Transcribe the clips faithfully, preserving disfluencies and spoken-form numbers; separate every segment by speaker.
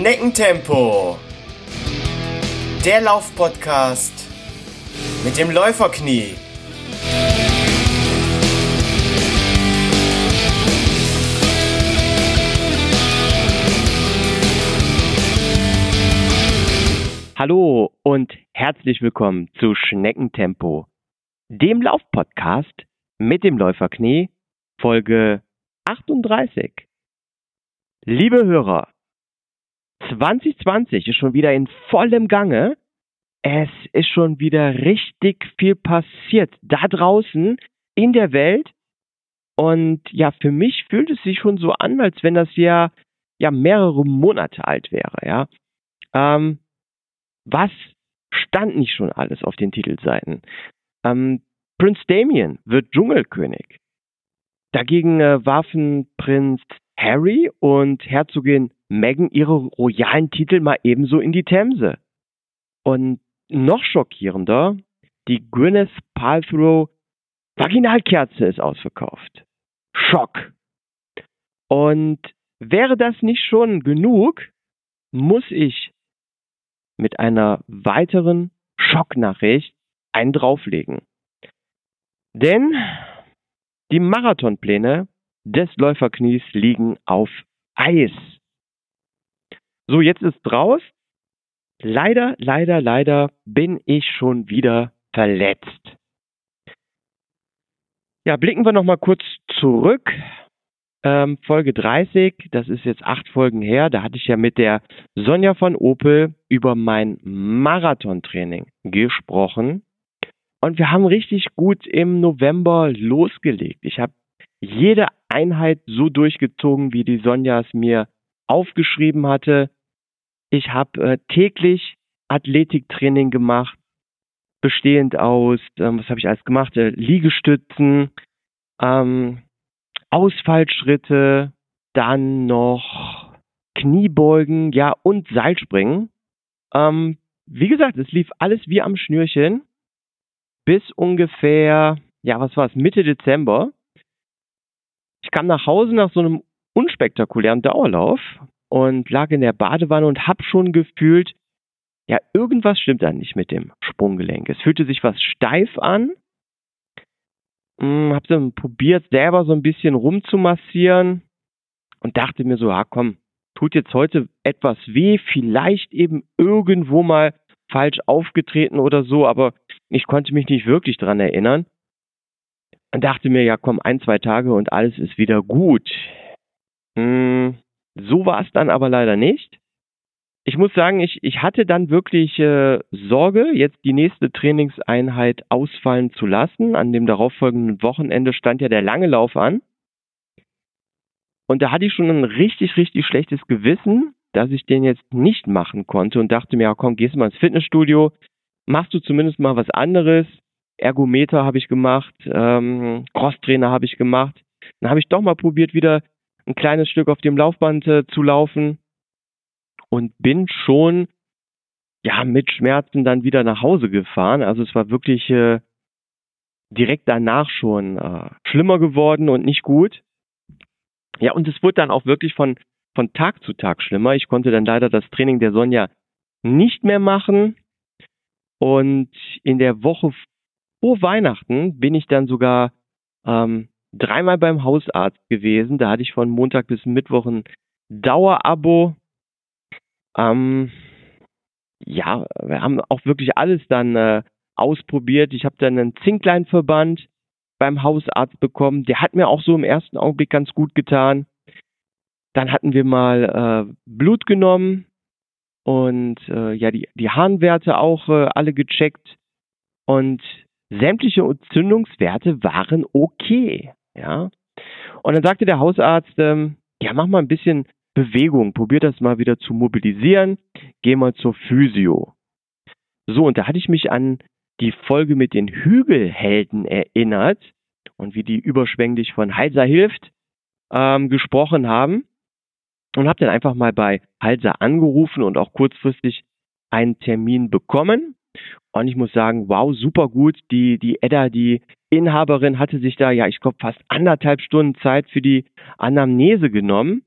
Speaker 1: Schneckentempo. Der Laufpodcast mit dem Läuferknie.
Speaker 2: Hallo und herzlich willkommen zu Schneckentempo, dem Laufpodcast mit dem Läuferknie, Folge achtunddreißig. Liebe Hörer, zwanzig zwanzig ist schon wieder in vollem Gange. Es ist schon wieder richtig viel passiert da draußen in der Welt. Und ja, für mich fühlt es sich schon so an, als wenn das Jahr ja mehrere Monate alt wäre. Ja, ähm, was stand nicht schon alles auf den Titelseiten? Ähm, Prinz Damien wird Dschungelkönig. Dagegen äh, warfen Prinz Harry und Herzogin Meghan ihre royalen Titel mal ebenso in die Themse. Und noch schockierender, die Gwyneth Paltrow Vaginalkerze ist ausverkauft. Schock. Und wäre das nicht schon genug, muss ich mit einer weiteren Schocknachricht einen drauflegen. Denn die Marathonpläne des Läuferknies liegen auf Eis. So, jetzt ist raus. Leider, leider, leider bin ich schon wieder verletzt. Ja, blicken wir nochmal kurz zurück. Ähm, Folge dreißig, das ist jetzt acht Folgen her. Da hatte ich ja mit der Sonja von Opel über mein Marathontraining gesprochen. Und wir haben richtig gut im November losgelegt. Ich habe jede Einheit so durchgezogen, wie die Sonja es mir aufgeschrieben hatte. Ich habe äh, täglich Athletiktraining gemacht, bestehend aus, ähm, was habe ich alles gemacht? Äh, Liegestützen, ähm, Ausfallschritte, dann noch Kniebeugen, ja, und Seilspringen. Ähm, wie gesagt, es lief alles wie am Schnürchen bis ungefähr, ja, was war es, Mitte Dezember. Ich kam nach Hause nach so einem unspektakulären Dauerlauf und lag in der Badewanne und habe schon gefühlt, ja, irgendwas stimmt da nicht mit dem Sprunggelenk. Es fühlte sich was steif an. Hm, habe dann probiert, selber so ein bisschen rumzumassieren und dachte mir so, ja komm, tut jetzt heute etwas weh, vielleicht eben irgendwo mal falsch aufgetreten oder so, aber ich konnte mich nicht wirklich dran erinnern. Und dachte mir, ja komm, ein, zwei Tage und alles ist wieder gut. Hm, so war es dann aber leider nicht. Ich muss sagen, ich, ich hatte dann wirklich äh, Sorge, jetzt die nächste Trainingseinheit ausfallen zu lassen. An dem darauffolgenden Wochenende stand ja der lange Lauf an. Und da hatte ich schon ein richtig, richtig schlechtes Gewissen, dass ich den jetzt nicht machen konnte und dachte mir, ja komm, gehst du mal ins Fitnessstudio, machst du zumindest mal was anderes. Ergometer habe ich gemacht, ähm, Crosstrainer habe ich gemacht. Dann habe ich doch mal probiert, wieder ein kleines Stück auf dem Laufband äh, zu laufen und bin schon ja mit Schmerzen dann wieder nach Hause gefahren. Also es war wirklich äh, direkt danach schon äh, schlimmer geworden und nicht gut. Ja, und es wurde dann auch wirklich von, von Tag zu Tag schlimmer. Ich konnte dann leider das Training der Sonja nicht mehr machen. Und in der Woche vor Weihnachten bin ich dann sogar ähm, dreimal beim Hausarzt gewesen. Da hatte ich von Montag bis Mittwoch ein Dauerabo. Ähm, ja, wir haben auch wirklich alles dann äh, ausprobiert. Ich habe dann einen Zinkleinverband beim Hausarzt bekommen. Der hat mir auch so im ersten Augenblick ganz gut getan. Dann hatten wir mal äh, Blut genommen und äh, ja die, die Harnwerte auch äh, alle gecheckt. Und sämtliche Entzündungswerte waren okay, ja. Und dann sagte der Hausarzt, ähm, ja, mach mal ein bisschen Bewegung, probier das mal wieder zu mobilisieren, geh mal zur Physio. So, und da hatte ich mich an die Folge mit den Hügelhelden erinnert und wie die überschwänglich von Halser hilft ähm, gesprochen haben und habe dann einfach mal bei Halser angerufen und auch kurzfristig einen Termin bekommen. Und ich muss sagen, wow, super gut. Die, die Edda, die Inhaberin, hatte sich da, ja, ich glaube, fast anderthalb Stunden Zeit für die Anamnese genommen.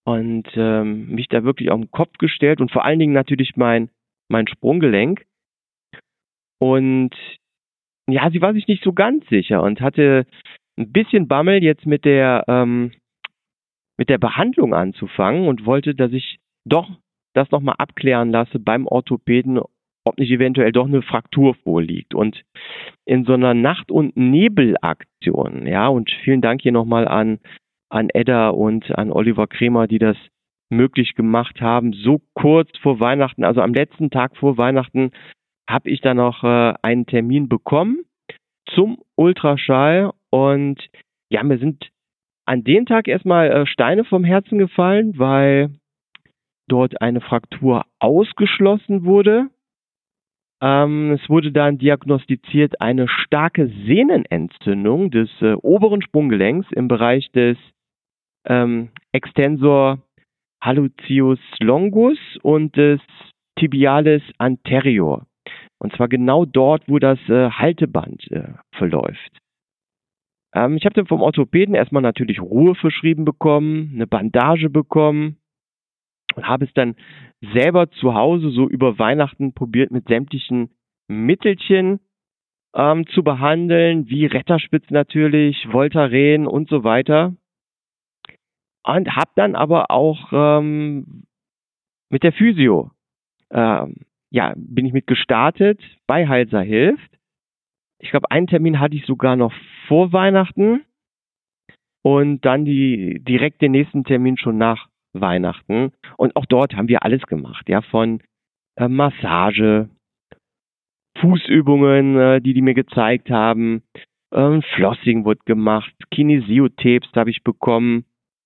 Speaker 2: und ähm, mich da wirklich auf den Kopf gestellt und vor allen Dingen natürlich mein, mein Sprunggelenk. Und ja, sie war sich nicht so ganz sicher und hatte ein bisschen Bammel, jetzt mit der, ähm, mit der Behandlung anzufangen und wollte, dass ich doch das nochmal abklären lasse beim Orthopäden, ob nicht eventuell doch eine Fraktur vorliegt. Und in so einer Nacht- und Nebelaktion, ja, und vielen Dank hier nochmal an, an Edda und an Oliver Kremer, die das möglich gemacht haben, so kurz vor Weihnachten, also am letzten Tag vor Weihnachten, habe ich dann noch äh, einen Termin bekommen zum Ultraschall und ja, mir sind an dem Tag erstmal äh, Steine vom Herzen gefallen, weil dort eine Fraktur ausgeschlossen wurde. Ähm, es wurde dann diagnostiziert eine starke Sehnenentzündung des äh, oberen Sprunggelenks im Bereich des ähm, Extensor hallucius longus und des Tibialis anterior. Und zwar genau dort, wo das äh, Halteband äh, verläuft. Ähm, ich habe dann vom Orthopäden erstmal natürlich Ruhe verschrieben bekommen, eine Bandage bekommen und habe es dann selber zu Hause so über Weihnachten probiert, mit sämtlichen Mittelchen ähm, zu behandeln, wie Retterspitz natürlich, Voltaren und so weiter. Und habe dann aber auch ähm, mit der Physio, ähm, ja, bin ich mit gestartet bei Heilsa hilft. Ich glaube, einen Termin hatte ich sogar noch vor Weihnachten und dann die, direkt den nächsten Termin schon nach Weihnachten. Und auch dort haben wir alles gemacht, ja, von äh, Massage, Fußübungen, äh, die die mir gezeigt haben, ähm, Flossing wurde gemacht, Kinesiotapes habe ich bekommen.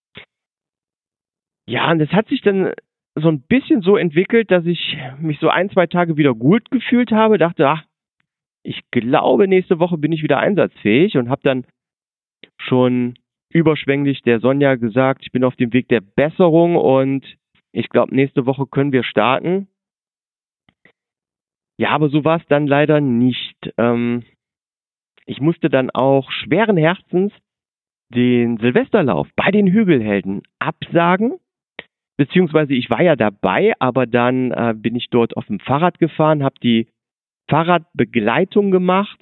Speaker 2: Ja, und das hat sich dann so ein bisschen so entwickelt, dass ich mich so ein, zwei Tage wieder gut gefühlt habe, dachte, ach, ich glaube, nächste Woche bin ich wieder einsatzfähig und habe dann schon überschwänglich der Sonja gesagt, ich bin auf dem Weg der Besserung und ich glaube, nächste Woche können wir starten. Ja, aber so war es dann leider nicht. Ähm, ich musste dann auch schweren Herzens den Silvesterlauf bei den Hügelhelden absagen, beziehungsweise ich war ja dabei, aber dann äh, bin ich dort auf dem Fahrrad gefahren, habe die Fahrradbegleitung gemacht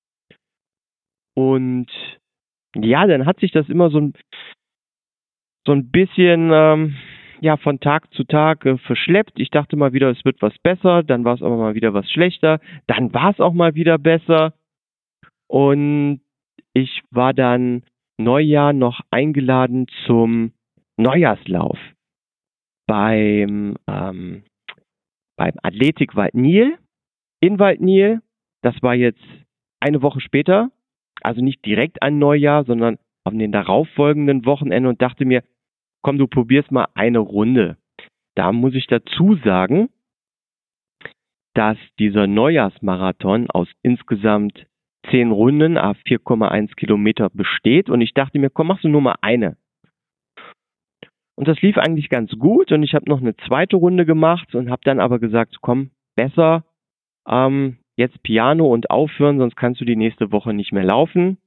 Speaker 2: und ja, dann hat sich das immer so ein, so ein bisschen ähm, ja, von Tag zu Tag äh, verschleppt. Ich dachte mal wieder, es wird was besser, dann war es aber mal wieder was schlechter, dann war es auch mal wieder besser und ich war dann Neujahr noch eingeladen zum Neujahrslauf beim, ähm, beim Athletik Waldnil in Waldnil. Das war jetzt eine Woche später, also nicht direkt an Neujahr, sondern am den darauffolgenden Wochenende und dachte mir, komm, du probierst mal eine Runde. Da muss ich dazu sagen, dass dieser Neujahrsmarathon aus insgesamt zehn Runden à vier Komma eins Kilometer besteht und ich dachte mir, komm, machst du nur mal eine. Und das lief eigentlich ganz gut und ich habe noch eine zweite Runde gemacht und habe dann aber gesagt, komm, besser ähm, jetzt Piano und aufhören, sonst kannst du die nächste Woche nicht mehr laufen.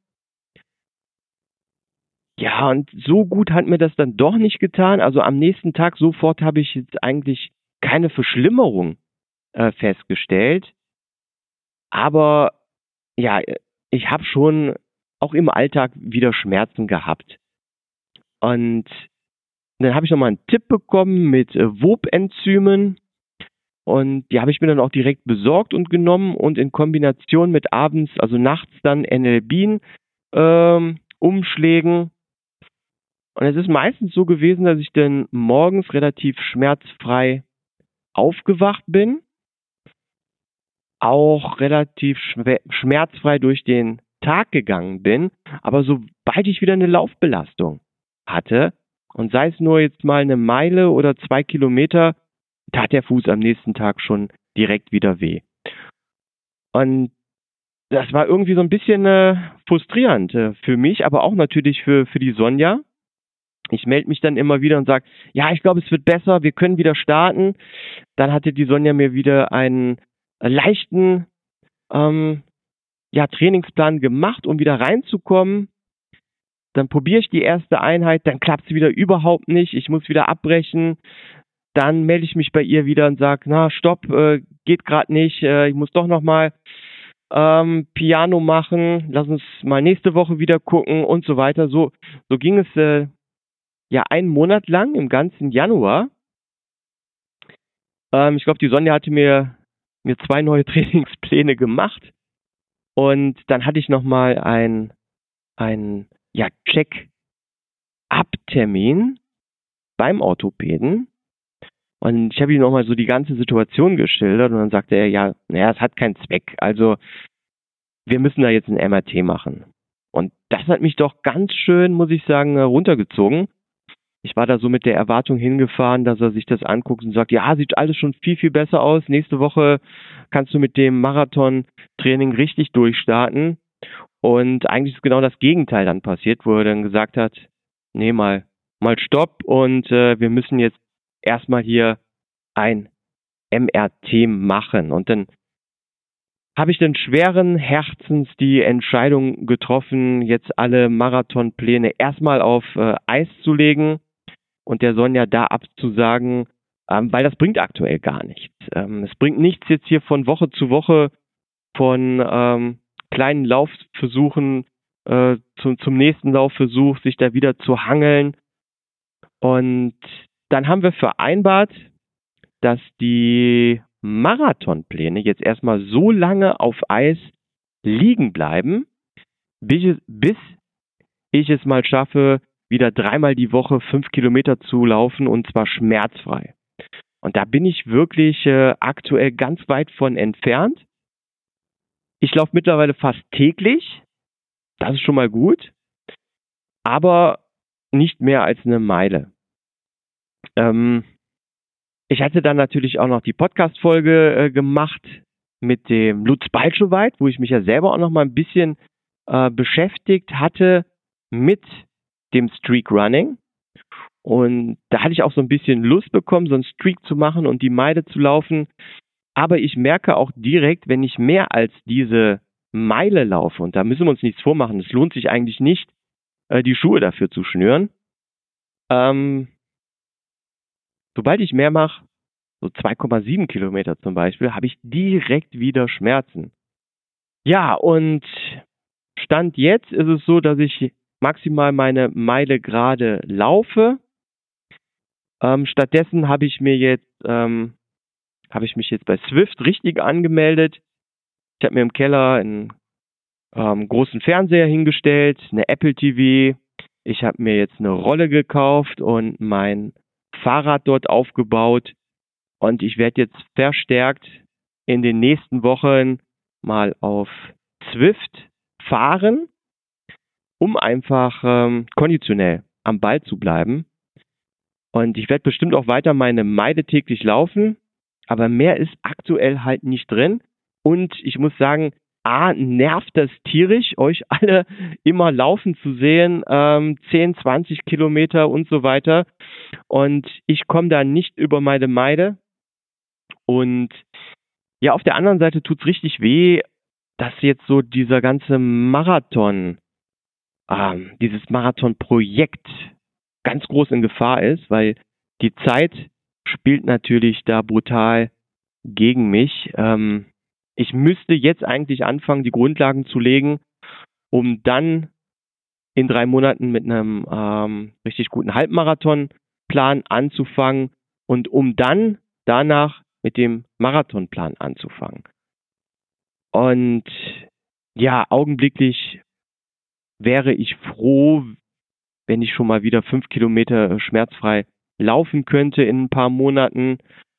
Speaker 2: Ja, und so gut hat mir das dann doch nicht getan. Also am nächsten Tag sofort habe ich jetzt eigentlich keine Verschlimmerung äh, festgestellt. Aber ja, ich habe schon auch im Alltag wieder Schmerzen gehabt. Und dann habe ich nochmal einen Tipp bekommen mit äh, W O B-Enzymen. Und die habe ich mir dann auch direkt besorgt und genommen und in Kombination mit abends, also nachts dann N L-Bean ähm, Umschlägen. Und es ist meistens so gewesen, dass ich dann morgens relativ schmerzfrei aufgewacht bin, auch relativ schmerzfrei durch den Tag gegangen bin, aber sobald ich wieder eine Laufbelastung hatte und sei es nur jetzt mal eine Meile oder zwei Kilometer, tat der Fuß am nächsten Tag schon direkt wieder weh. Und das war irgendwie so ein bisschen äh, frustrierend äh, für mich, aber auch natürlich für, für die Sonja. Ich melde mich dann immer wieder und sage, ja, ich glaube, es wird besser, wir können wieder starten. Dann hatte die Sonja mir wieder einen leichten ähm, ja, Trainingsplan gemacht, um wieder reinzukommen. dann probiere ich die erste Einheit, dann klappt es wieder überhaupt nicht, ich muss wieder abbrechen, dann melde ich mich bei ihr wieder und sage, na stopp, äh, geht gerade nicht, äh, ich muss doch nochmal ähm, Piano machen, lass uns mal nächste Woche wieder gucken und so weiter. So, so ging es äh, ja einen Monat lang im ganzen Januar. Ähm, ich glaube, die Sonja hatte mir, mir zwei neue Trainingspläne gemacht und dann hatte ich nochmal ein, ein ja, Check-up-Termin beim Orthopäden. Und ich habe ihm nochmal so die ganze Situation geschildert und dann sagte er, ja, naja, es hat keinen Zweck. Also wir müssen da jetzt ein M R T machen. Und das hat mich doch ganz schön, muss ich sagen, runtergezogen. Ich war da so mit der Erwartung hingefahren, dass er sich das anguckt und sagt, ja, sieht alles schon viel, viel besser aus. Nächste Woche kannst du mit dem Marathon-Training richtig durchstarten. Und eigentlich ist genau das Gegenteil dann passiert, wo er dann gesagt hat, nee, mal, mal stopp und äh, wir müssen jetzt erstmal hier ein M R T machen. Und dann habe ich dann schweren Herzens die Entscheidung getroffen, jetzt alle Marathonpläne erstmal auf äh, Eis zu legen und der Sonja da abzusagen, ähm, weil das bringt aktuell gar nichts. Ähm, es bringt nichts jetzt hier von Woche zu Woche von ähm, kleinen Laufversuchen äh, zum, zum nächsten Laufversuch, sich da wieder zu hangeln. Und dann haben wir vereinbart, dass die Marathonpläne jetzt erstmal so lange auf Eis liegen bleiben, bis ich, bis ich es mal schaffe, wieder dreimal die Woche fünf Kilometer zu laufen und zwar schmerzfrei. Und da bin ich wirklich äh, aktuell ganz weit von entfernt. Ich laufe mittlerweile fast täglich, das ist schon mal gut, aber nicht mehr als eine Meile. Ähm, ich hatte dann natürlich auch noch die Podcast-Folge äh, gemacht mit dem Lutz Balschowait, wo ich mich ja selber auch noch mal ein bisschen äh, beschäftigt hatte mit dem Streak Running. Und da hatte ich auch so ein bisschen Lust bekommen, so einen Streak zu machen und die Meile zu laufen. Aber ich merke auch direkt, wenn ich mehr als diese Meile laufe, und da müssen wir uns nichts vormachen, es lohnt sich eigentlich nicht, äh, die Schuhe dafür zu schnüren. Ähm, sobald ich mehr mache, so zwei Komma sieben Kilometer zum Beispiel, habe ich direkt wieder Schmerzen. Ja, und Stand jetzt ist es so, dass ich maximal meine Meile gerade laufe. Ähm, stattdessen habe ich mir jetzt, ähm, habe ich mich jetzt bei Zwift richtig angemeldet. Ich habe mir im Keller einen ähm, großen Fernseher hingestellt, eine Apple T V. Ich habe mir jetzt eine Rolle gekauft und mein Fahrrad dort aufgebaut. Und ich werde jetzt verstärkt in den nächsten Wochen mal auf Zwift fahren, um einfach ähm, konditionell am Ball zu bleiben. Und ich werde bestimmt auch weiter meine Meile täglich laufen, aber mehr ist aktuell halt nicht drin. Und ich muss sagen, A, nervt das tierisch, euch alle immer laufen zu sehen, ähm, zehn, zwanzig Kilometer und so weiter. Und ich komme da nicht über meine Meile. Und ja, auf der anderen Seite tut es richtig weh, dass jetzt so dieser ganze Marathon, ähm, dieses Marathonprojekt ganz groß in Gefahr ist, weil die Zeit spielt natürlich da brutal gegen mich. Ähm, ich müsste jetzt eigentlich anfangen, die Grundlagen zu legen, um dann in drei Monaten mit einem ähm, richtig guten Halbmarathonplan anzufangen und um dann danach mit dem Marathonplan anzufangen. Und ja, augenblicklich wäre ich froh, wenn ich schon mal wieder fünf Kilometer schmerzfrei laufen könnte in ein paar Monaten.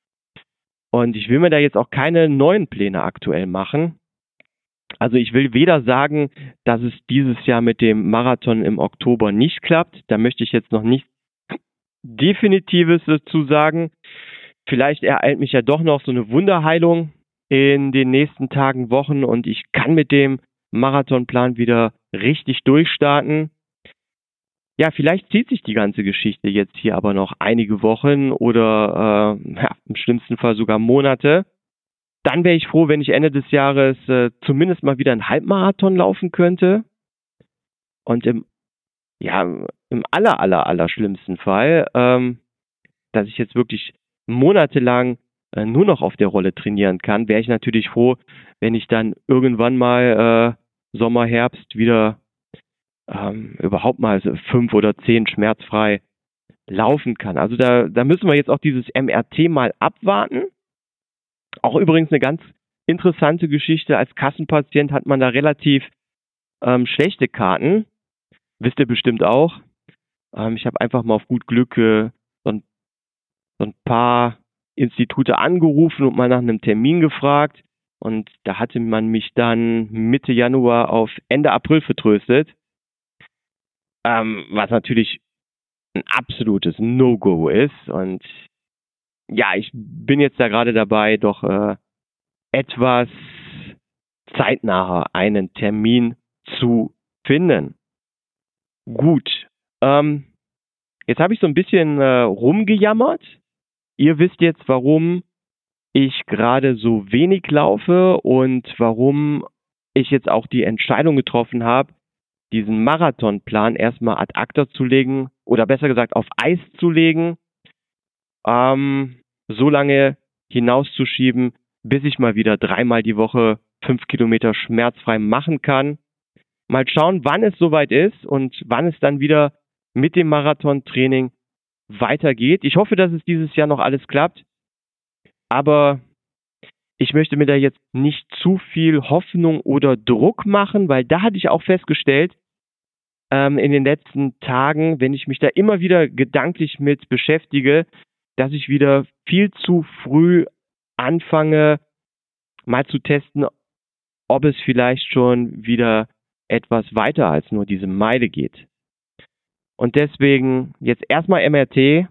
Speaker 2: Und ich will mir da jetzt auch keine neuen Pläne aktuell machen. Also ich will weder sagen, dass es dieses Jahr mit dem Marathon im Oktober nicht klappt. Da möchte ich jetzt noch nichts Definitives dazu sagen. Vielleicht ereilt mich ja doch noch so eine Wunderheilung in den nächsten Tagen, Wochen und ich kann mit dem Marathonplan wieder richtig durchstarten. Ja, vielleicht zieht sich die ganze Geschichte jetzt hier aber noch einige Wochen oder äh, ja, im schlimmsten Fall sogar Monate. Dann wäre ich froh, wenn ich Ende des Jahres äh, zumindest mal wieder einen Halbmarathon laufen könnte. Und im ja, im aller, aller, aller schlimmsten Fall, ähm, dass ich jetzt wirklich monatelang äh, nur noch auf der Rolle trainieren kann, wäre ich natürlich froh, wenn ich dann irgendwann mal äh, Sommer, Herbst wieder ähm, überhaupt mal so fünf oder zehn schmerzfrei laufen kann. Also da, da müssen wir jetzt auch dieses M R T mal abwarten. Auch übrigens eine ganz interessante Geschichte. Als Kassenpatient hat man da relativ ähm, schlechte Karten. Wisst ihr bestimmt auch. Ähm, ich habe einfach mal auf gut Glück äh, so, ein, so ein paar Institute angerufen und mal nach einem Termin gefragt. Und da hatte man mich dann Mitte Januar auf Ende April vertröstet. Ähm, was natürlich ein absolutes No-Go ist. Und ja, ich bin jetzt da gerade dabei, doch äh, etwas zeitnaher einen Termin zu finden. Gut, ähm, jetzt habe ich so ein bisschen äh, rumgejammert. Ihr wisst jetzt, warum ich gerade so wenig laufe und warum ich jetzt auch die Entscheidung getroffen habe, diesen Marathonplan erstmal ad acta zu legen oder besser gesagt auf Eis zu legen, ähm, so lange hinauszuschieben, bis ich mal wieder dreimal die Woche fünf Kilometer schmerzfrei machen kann. Mal schauen, wann es soweit ist und wann es dann wieder mit dem Marathontraining weitergeht. Ich hoffe, dass es dieses Jahr noch alles klappt, aber ich möchte mir da jetzt nicht zu viel Hoffnung oder Druck machen, weil da hatte ich auch festgestellt, ähm, in den letzten Tagen, wenn ich mich da immer wieder gedanklich mit beschäftige, dass ich wieder viel zu früh anfange, mal zu testen, ob es vielleicht schon wieder etwas weiter als nur diese Meile geht. Und deswegen jetzt erstmal M R T,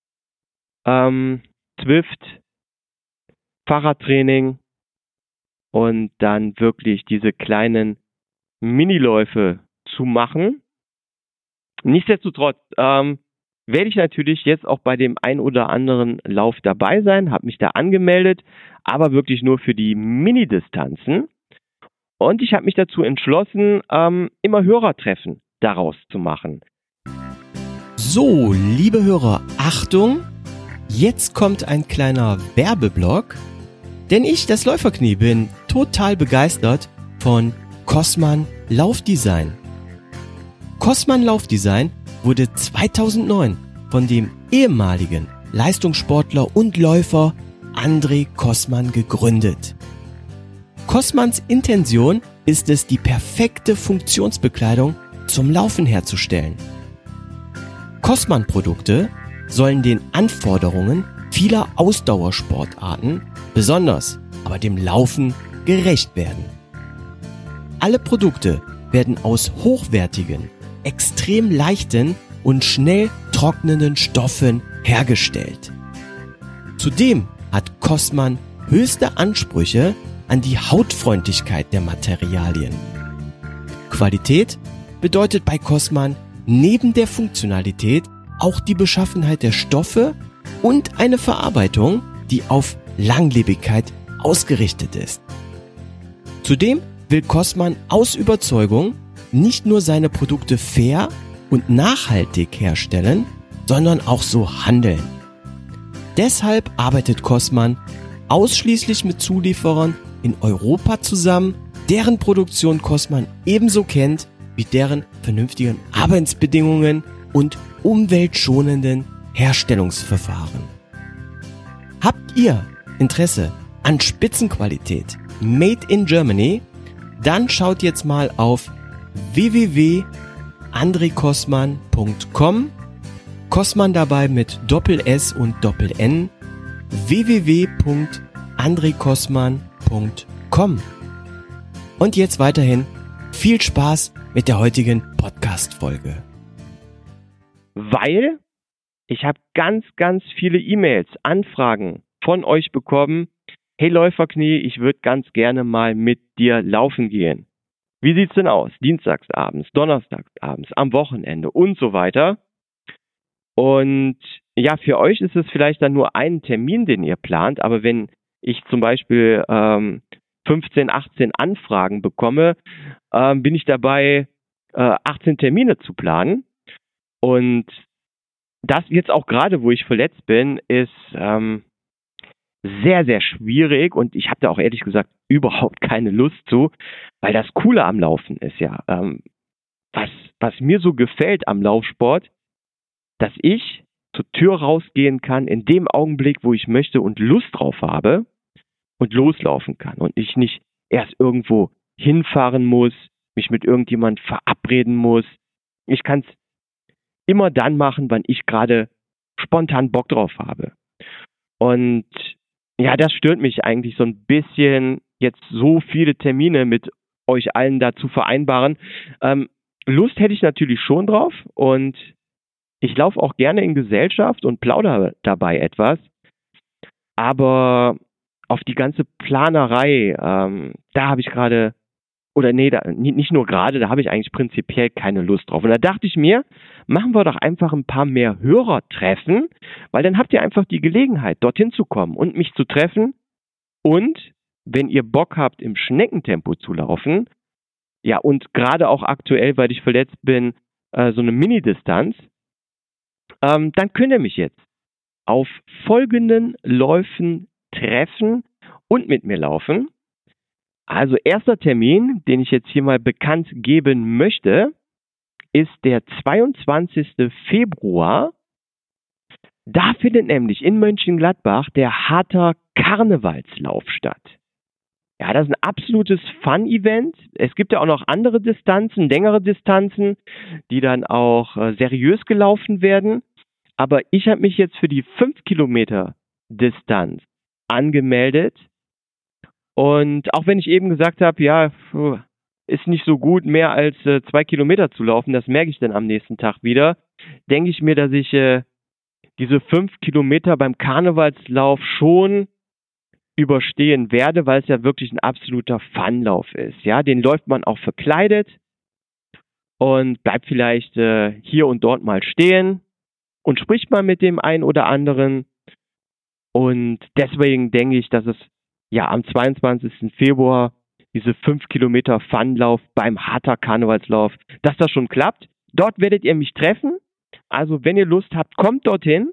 Speaker 2: ähm, Zwift, Fahrradtraining und dann wirklich diese kleinen Miniläufe zu machen. Nichtsdestotrotz ähm, werde ich natürlich jetzt auch bei dem ein oder anderen Lauf dabei sein, habe mich da angemeldet, aber wirklich nur für die Mini-Distanzen. Und ich habe mich dazu entschlossen, ähm, immer Hörertreffen daraus zu machen.
Speaker 3: So, liebe Hörer, Achtung! Jetzt kommt ein kleiner Werbeblock, denn ich, das Läuferknie, bin total begeistert von Cossmann Laufdesign. Cossmann Laufdesign wurde zweitausendneun von dem ehemaligen Leistungssportler und Läufer André Cossmann gegründet. Cossmanns Intention ist es, die perfekte Funktionsbekleidung zum Laufen herzustellen. Cossmann-Produkte sollen den Anforderungen vieler Ausdauersportarten, besonders aber dem Laufen, gerecht werden. Alle Produkte werden aus hochwertigen, extrem leichten und schnell trocknenden Stoffen hergestellt. Zudem hat Cossmann höchste Ansprüche an die Hautfreundlichkeit der Materialien. Qualität bedeutet bei Cossmann neben der Funktionalität auch die Beschaffenheit der Stoffe und eine Verarbeitung, die auf Langlebigkeit ausgerichtet ist. Zudem will Cossmann aus Überzeugung nicht nur seine Produkte fair und nachhaltig herstellen, sondern auch so handeln. Deshalb arbeitet Cossmann ausschließlich mit Zulieferern in Europa zusammen, deren Produktion Cossmann ebenso kennt wie deren vernünftigen Arbeitsbedingungen und umweltschonenden Herstellungsverfahren. Habt ihr Interesse an Spitzenqualität Made in Germany? Dann schaut jetzt mal auf w w w punkt andré cossmann punkt com, Cossmann dabei mit Doppel S und Doppel N, w w w punkt andré cossmann punkt com. Und jetzt weiterhin viel Spaß mit der heutigen Podcast-Folge.
Speaker 2: Weil ich habe ganz, ganz viele E-Mails, Anfragen von euch bekommen. Hey Läuferknie, ich würde ganz gerne mal mit dir laufen gehen. Wie sieht's denn aus? Dienstagsabends, Donnerstagsabends, am Wochenende und so weiter. Und ja, für euch ist es vielleicht dann nur ein Termin, den ihr plant, aber wenn ich zum Beispiel ähm, fünfzehn, achtzehn Anfragen bekomme, ähm, bin ich dabei, äh, achtzehn Termine zu planen. Und das jetzt auch gerade, wo ich verletzt bin, ist ähm, sehr, sehr schwierig und ich habe da auch ehrlich gesagt überhaupt keine Lust zu, weil das Coole am Laufen ist ja, ähm, was, was mir so gefällt am Laufsport, dass ich zur Tür rausgehen kann in dem Augenblick, wo ich möchte und Lust drauf habe und loslaufen kann und ich nicht erst irgendwo hinfahren muss, mich mit irgendjemand verabreden muss. Ich kann es immer dann machen, wann ich gerade spontan Bock drauf habe. Und ja, das stört mich eigentlich so ein bisschen, jetzt so viele Termine mit euch allen da zu vereinbaren. Ähm, Lust hätte ich natürlich schon drauf und ich laufe auch gerne in Gesellschaft und plaudere dabei etwas. Aber auf die ganze Planerei, ähm, da habe ich gerade, oder nee, da, nicht nur gerade, da habe ich eigentlich prinzipiell keine Lust drauf. Und da dachte ich mir, machen wir doch einfach ein paar mehr Hörertreffen, weil dann habt ihr einfach die Gelegenheit, dorthin zu kommen und mich zu treffen. Und wenn ihr Bock habt, im Schneckentempo zu laufen, ja, und gerade auch aktuell, weil ich verletzt bin, äh, so eine Mini-Distanz, ähm, dann könnt ihr mich jetzt auf folgenden Läufen treffen und mit mir laufen. Also erster Termin, den ich jetzt hier mal bekannt geben möchte, ist der zweiundzwanzigsten Februar. Da findet nämlich in Mönchengladbach der Harter Karnevalslauf statt. Ja, das ist ein absolutes Fun-Event. Es gibt ja auch noch andere Distanzen, längere Distanzen, die dann auch äh, seriös gelaufen werden. Aber ich habe mich jetzt für die fünf Kilometer Distanz angemeldet. Und auch wenn ich eben gesagt habe, ja, ist nicht so gut, mehr als äh, zwei Kilometer zu laufen, das merke ich dann am nächsten Tag wieder, denke ich mir, dass ich äh, diese fünf Kilometer beim Karnevalslauf schon überstehen werde, weil es ja wirklich ein absoluter Funlauf ist. Ja, den läuft man auch verkleidet und bleibt vielleicht äh, hier und dort mal stehen und spricht mal mit dem einen oder anderen. Und deswegen denke ich, dass es ja am zweiundzwanzigsten Februar diese fünf Kilometer Funlauf beim Harter Karnevalslauf, dass das schon klappt. Dort werdet ihr mich treffen. Also wenn ihr Lust habt, kommt dorthin.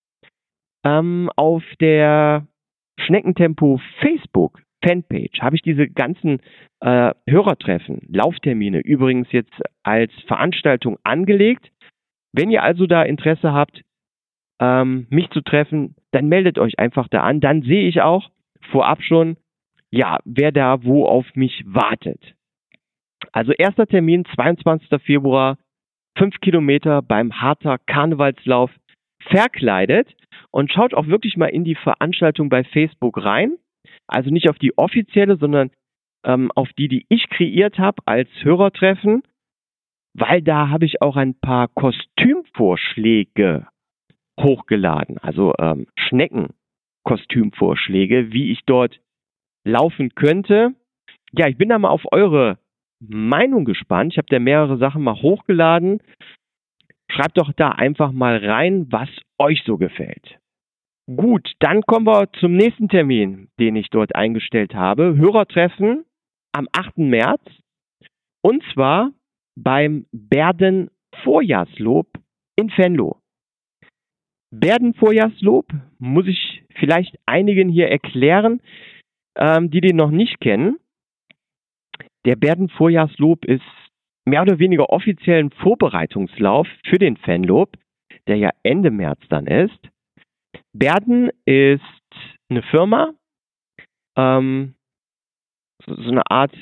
Speaker 2: Ähm, auf der Schneckentempo Facebook Fanpage habe ich diese ganzen äh, Hörertreffen, Lauftermine übrigens jetzt als Veranstaltung angelegt. Wenn ihr also da Interesse habt, ähm, mich zu treffen, dann meldet euch einfach da an. Dann sehe ich auch vorab schon, ja, wer da wo auf mich wartet. Also erster Termin, zweiundzwanzigsten Februar, fünf Kilometer beim Harter Karnevalslauf verkleidet und schaut auch wirklich mal in die Veranstaltung bei Facebook rein. Also nicht auf die offizielle, sondern ähm, auf die, die ich kreiert habe als Hörertreffen, weil da habe ich auch ein paar Kostümvorschläge hochgeladen, also ähm, Schnecken-Kostümvorschläge, wie ich dort laufen könnte. Ja, ich bin da mal auf eure Meinung gespannt. Ich habe da mehrere Sachen mal hochgeladen. Schreibt doch da einfach mal rein, was euch so gefällt. Gut, dann kommen wir zum nächsten Termin, den ich dort eingestellt habe. Hörertreffen am achten März. Und zwar beim Berden-Vorjahrslob in Venlo. Berden-Vorjahrslob muss ich vielleicht einigen hier erklären, ähm, die den noch nicht kennen. Der Berden-Vorjahrslob ist mehr oder weniger offiziell ein Vorbereitungslauf für den Fanlob, der ja Ende März dann ist. Berden ist eine Firma, ähm, so, so eine Art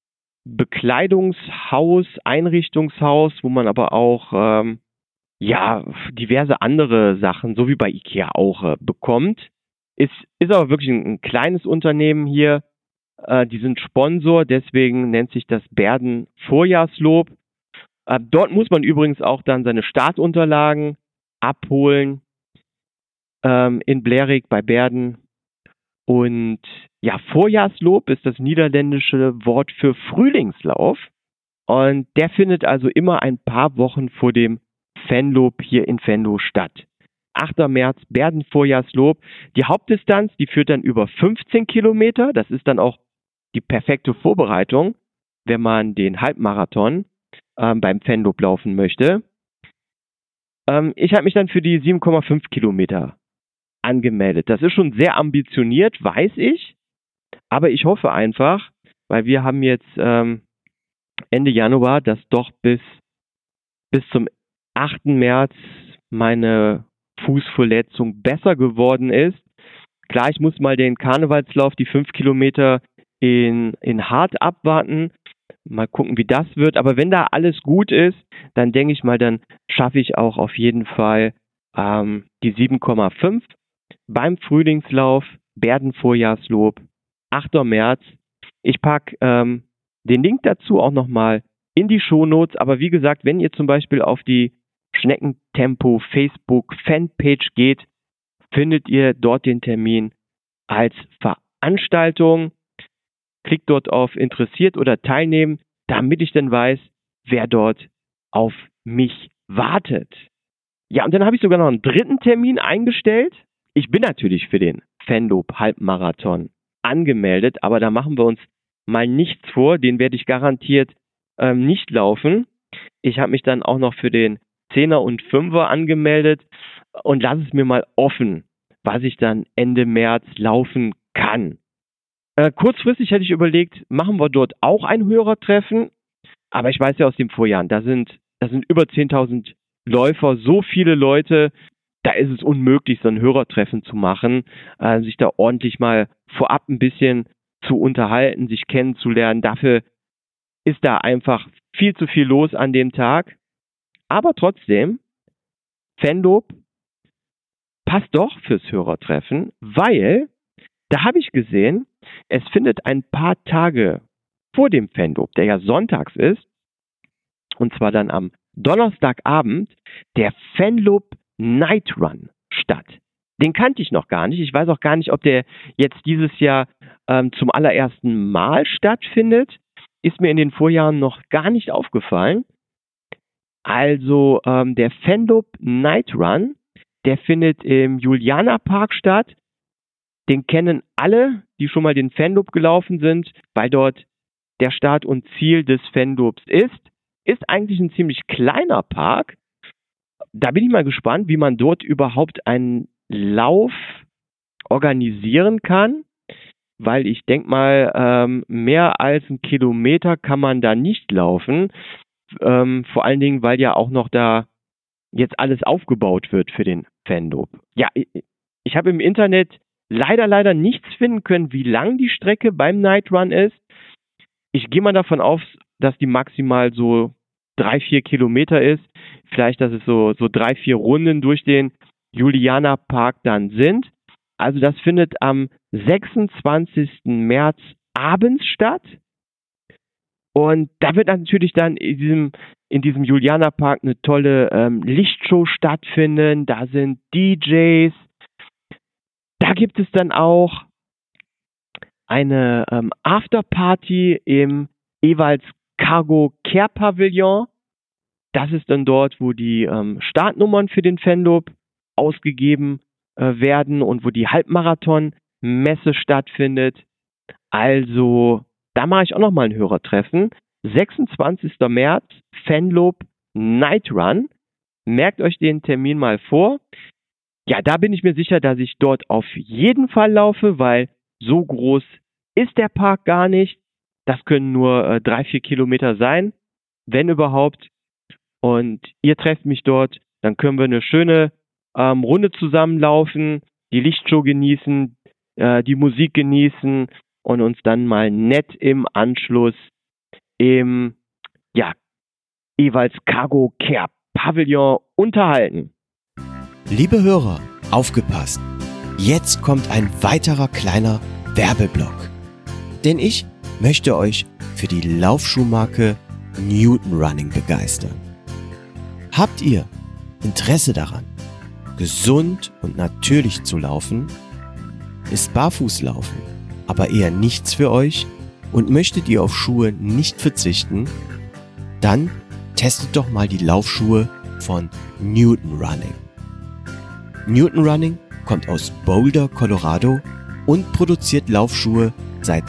Speaker 2: Bekleidungshaus, Einrichtungshaus, wo man aber auch ähm, ja diverse andere Sachen, so wie bei IKEA auch, äh, bekommt. Ist, ist aber wirklich ein, ein kleines Unternehmen hier. Äh, die sind Sponsor, deswegen nennt sich das Berden Vorjahrslob. Äh, dort muss man übrigens auch dann seine Startunterlagen abholen ähm, in Blerick bei Berden. Und ja, Vorjahrslob ist das niederländische Wort für Frühlingslauf. Und der findet also immer ein paar Wochen vor dem Fanlob hier in Venlo statt. achter März, Berden Vorjahrslob. Die Hauptdistanz, die führt dann über fünfzehn Kilometer. Das ist dann auch die perfekte Vorbereitung, wenn man den Halbmarathon ähm, beim Fanlob laufen möchte. Ähm, ich habe mich dann für die sieben Komma fünf Kilometer angemeldet. Das ist schon sehr ambitioniert, weiß ich. Aber ich hoffe einfach, weil wir haben jetzt ähm, Ende Januar, dass doch bis, bis zum achten März meine Fußverletzung besser geworden ist. Klar, ich muss mal den Karnevalslauf, die fünf Kilometer in, in Hart abwarten. Mal gucken, wie das wird. Aber wenn da alles gut ist, dann denke ich mal, dann schaffe ich auch auf jeden Fall ähm, die sieben Komma fünf beim Frühlingslauf, Berden-Vorjahrslob, achter März. Ich packe ähm, den Link dazu auch nochmal in die Shownotes. Aber wie gesagt, wenn ihr zum Beispiel auf die Schneckentempo Facebook Fanpage geht, findet ihr dort den Termin als Veranstaltung. Klickt dort auf interessiert oder teilnehmen, damit ich dann weiß, wer dort auf mich wartet. Ja, und dann habe ich sogar noch einen dritten Termin eingestellt. Ich bin natürlich für den Venlob Halbmarathon angemeldet, aber da machen wir uns mal nichts vor. Den werde ich garantiert ähm, nicht laufen. Ich habe mich dann auch noch für den Zehner und Fünfer angemeldet und lasse es mir mal offen, was ich dann Ende März laufen kann. Äh, kurzfristig hätte ich überlegt, machen wir dort auch ein Hörertreffen, aber ich weiß ja aus den Vorjahren, da sind, da sind über zehntausend Läufer, so viele Leute, da ist es unmöglich, so ein Hörertreffen zu machen, äh, sich da ordentlich mal vorab ein bisschen zu unterhalten, sich kennenzulernen. Dafür ist da einfach viel zu viel los an dem Tag. Aber trotzdem, Venlob passt doch fürs Hörertreffen, weil da habe ich gesehen, es findet ein paar Tage vor dem Venlob, der ja sonntags ist, und zwar dann am Donnerstagabend, der Venlob Night Run statt. Den kannte ich noch gar nicht. Ich weiß auch gar nicht, ob der jetzt dieses Jahr ähm, zum allerersten Mal stattfindet. Ist mir in den Vorjahren noch gar nicht aufgefallen. Also ähm, der Venlob Night Run, der findet im Julianerpark statt. Den kennen alle, die schon mal den Venlob gelaufen sind, weil dort der Start und Ziel des Venlobs ist. Ist eigentlich ein ziemlich kleiner Park. Da bin ich mal gespannt, wie man dort überhaupt einen Lauf organisieren kann, weil ich denke mal, ähm, mehr als einen Kilometer kann man da nicht laufen. Ähm, vor allen Dingen, weil ja auch noch da jetzt alles aufgebaut wird für den Venlob. Ja, ich, ich habe im Internet leider, leider nichts finden können, wie lang die Strecke beim Night Run ist. Ich gehe mal davon aus, dass die maximal so drei, vier Kilometer ist. Vielleicht, dass es so, so drei, vier Runden durch den Julianerpark dann sind. Also das findet am sechsundzwanzigsten März abends statt. Und da wird natürlich dann in diesem, in diesem Julianerpark eine tolle ähm, Lichtshow stattfinden. Da sind D Js. Da gibt es dann auch eine ähm, Afterparty im Ewalds Cargo Care Pavillon. Das ist dann dort, wo die ähm, Startnummern für den Venlob ausgegeben äh, werden und wo die Halbmarathon-Messe stattfindet. Also, da mache ich auch nochmal ein Hörertreffen. sechsundzwanzigsten März, Venlob Night Run. Merkt euch den Termin mal vor. Ja, da bin ich mir sicher, dass ich dort auf jeden Fall laufe, weil so groß ist der Park gar nicht. Das können nur äh, drei, vier Kilometer sein, wenn überhaupt. Und ihr trefft mich dort, dann können wir eine schöne ähm, Runde zusammenlaufen, die Lichtshow genießen, äh, die Musik genießen und uns dann mal nett im Anschluss im ja, Ewalds Cargo Care Pavillon unterhalten.
Speaker 3: Liebe Hörer, aufgepasst! Jetzt kommt ein weiterer kleiner Werbeblock. Denn ich möchte euch für die Laufschuhmarke Newton Running begeistern. Habt ihr Interesse daran, gesund und natürlich zu laufen? Ist Barfußlaufen aber eher nichts für euch und möchtet ihr auf Schuhe nicht verzichten? Dann testet doch mal die Laufschuhe von Newton Running. Newton Running kommt aus Boulder, Colorado und produziert Laufschuhe seit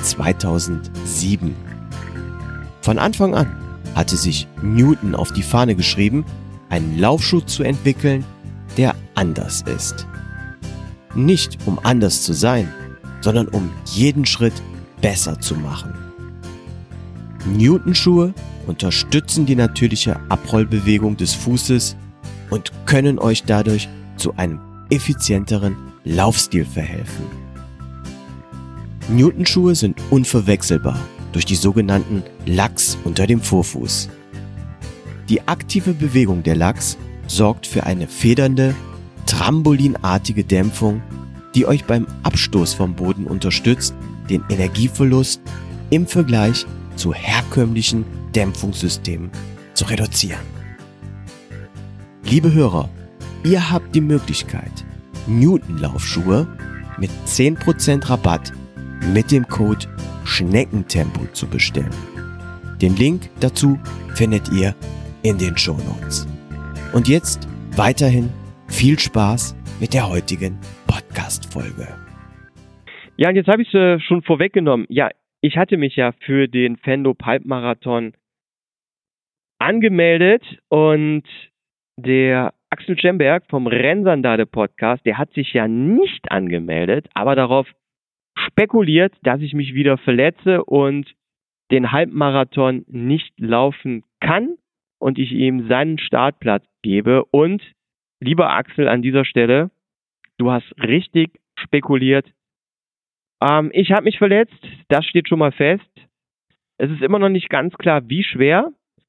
Speaker 3: zweitausendsieben. Von Anfang an hatte sich Newton auf die Fahne geschrieben, einen Laufschuh zu entwickeln, der anders ist. Nicht um anders zu sein, sondern um jeden Schritt besser zu machen. Newton-Schuhe unterstützen die natürliche Abrollbewegung des Fußes und können euch dadurch zu einem effizienteren Laufstil verhelfen. Newton-Schuhe sind unverwechselbar durch die sogenannten Lacks unter dem Vorfuß. Die aktive Bewegung der Lacks sorgt für eine federnde, trambolinartige Dämpfung, die euch beim Abstoß vom Boden unterstützt, den Energieverlust im Vergleich zu herkömmlichen Dämpfungssystemen zu reduzieren. Liebe Hörer, ihr habt die Möglichkeit, Newton-Laufschuhe mit zehn Prozent Rabatt mit dem Code Schneckentempo zu bestellen. Den Link dazu findet ihr in den Shownotes. Und jetzt weiterhin viel Spaß mit der heutigen Podcast-Folge.
Speaker 2: Ja, und jetzt habe ich es äh, schon vorweggenommen. Ja, ich hatte mich ja für den Venlope Halbmarathon angemeldet und der Axel Schemberg vom Rennsandale Podcast, der hat sich ja nicht angemeldet, aber darauf spekuliert, dass ich mich wieder verletze und den Halbmarathon nicht laufen kann und ich ihm seinen Startplatz gebe. Und lieber Axel, an dieser Stelle, du hast richtig spekuliert. Ähm, ich habe mich verletzt, das steht schon mal fest. Es ist immer noch nicht ganz klar, wie schwer.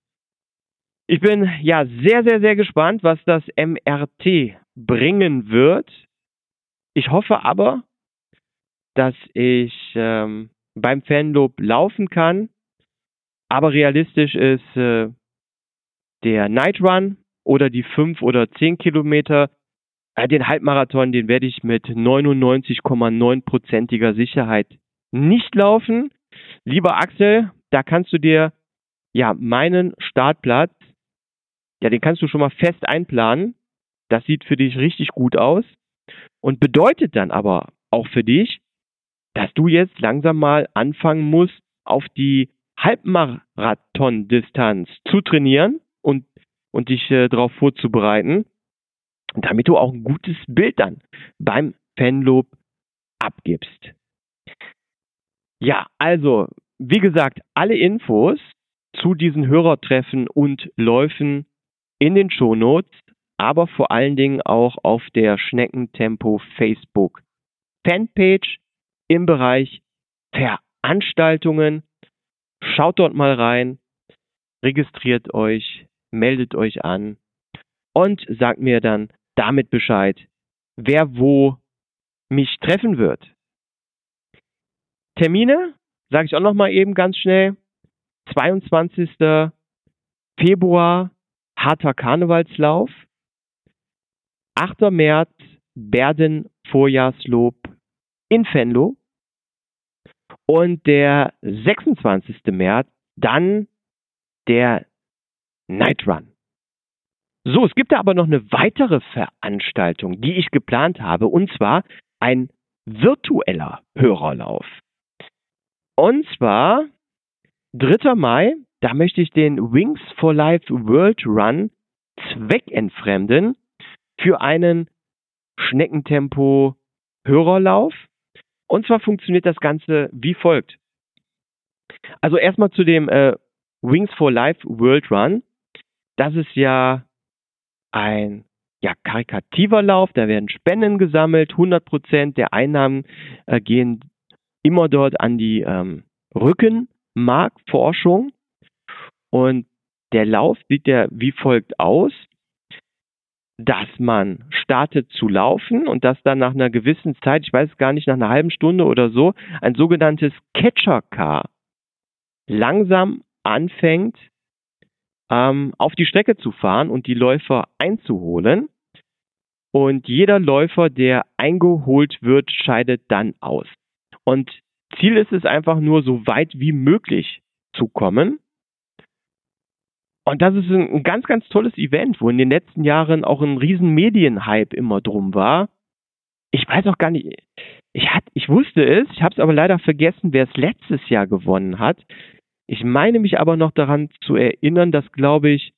Speaker 2: Ich bin ja sehr, sehr, sehr gespannt, was das M R T bringen wird. Ich hoffe aber, dass ich ähm, beim Venlope laufen kann. Aber realistisch ist äh, der Night Run oder die fünf oder zehn Kilometer. Äh, den Halbmarathon, den werde ich mit neunundneunzig Komma neun prozentiger Sicherheit nicht laufen. Lieber Axel, da kannst du dir ja meinen Startplatz, ja, den kannst du schon mal fest einplanen. Das sieht für dich richtig gut aus und bedeutet dann aber auch für dich, dass du jetzt langsam mal anfangen musst, auf die Halbmarathon-Distanz zu trainieren und, und dich äh, darauf vorzubereiten, damit du auch ein gutes Bild dann beim Venlope abgibst. Ja, also, wie gesagt, alle Infos zu diesen Hörertreffen und Läufen in den Shownotes, aber vor allen Dingen auch auf der Schneckentempo Facebook Fanpage im Bereich Veranstaltungen. Schaut dort mal rein, registriert euch, meldet euch an und sagt mir dann damit Bescheid, wer wo mich treffen wird. Termine, sage ich auch noch mal eben ganz schnell. zweiundzwanzigster Februar, harter Karnevalslauf. achter März, Berden-Vorjahrslob in Venlo. Und der sechsundzwanzigster März, dann der Night Run. So, es gibt da aber noch eine weitere Veranstaltung, die ich geplant habe, und zwar ein virtueller Hörerlauf. Und zwar dritter Mai, da möchte ich den Wings for Life World Run zweckentfremden für einen Schneckentempo Hörerlauf. Und zwar funktioniert das Ganze wie folgt. Also erstmal zu dem äh, Wings for Life World Run. Das ist ja ein ja, karikativer Lauf, da werden Spenden gesammelt, hundert Prozent der Einnahmen äh, gehen immer dort an die ähm, Rückenmarkforschung. Und der Lauf sieht ja wie folgt aus, dass man startet zu laufen und dass dann nach einer gewissen Zeit, ich weiß gar nicht, nach einer halben Stunde oder so, ein sogenanntes Catcher-Car langsam anfängt, ähm, auf die Strecke zu fahren und die Läufer einzuholen. Und jeder Läufer, der eingeholt wird, scheidet dann aus. Und Ziel ist es einfach nur, so weit wie möglich zu kommen. Und das ist ein, ein ganz, ganz tolles Event, wo in den letzten Jahren auch ein riesen Medienhype immer drum war. Ich weiß auch gar nicht, ich, hat, ich wusste es, ich habe es aber leider vergessen, wer es letztes Jahr gewonnen hat. Ich meine mich aber noch daran zu erinnern, dass, glaube ich,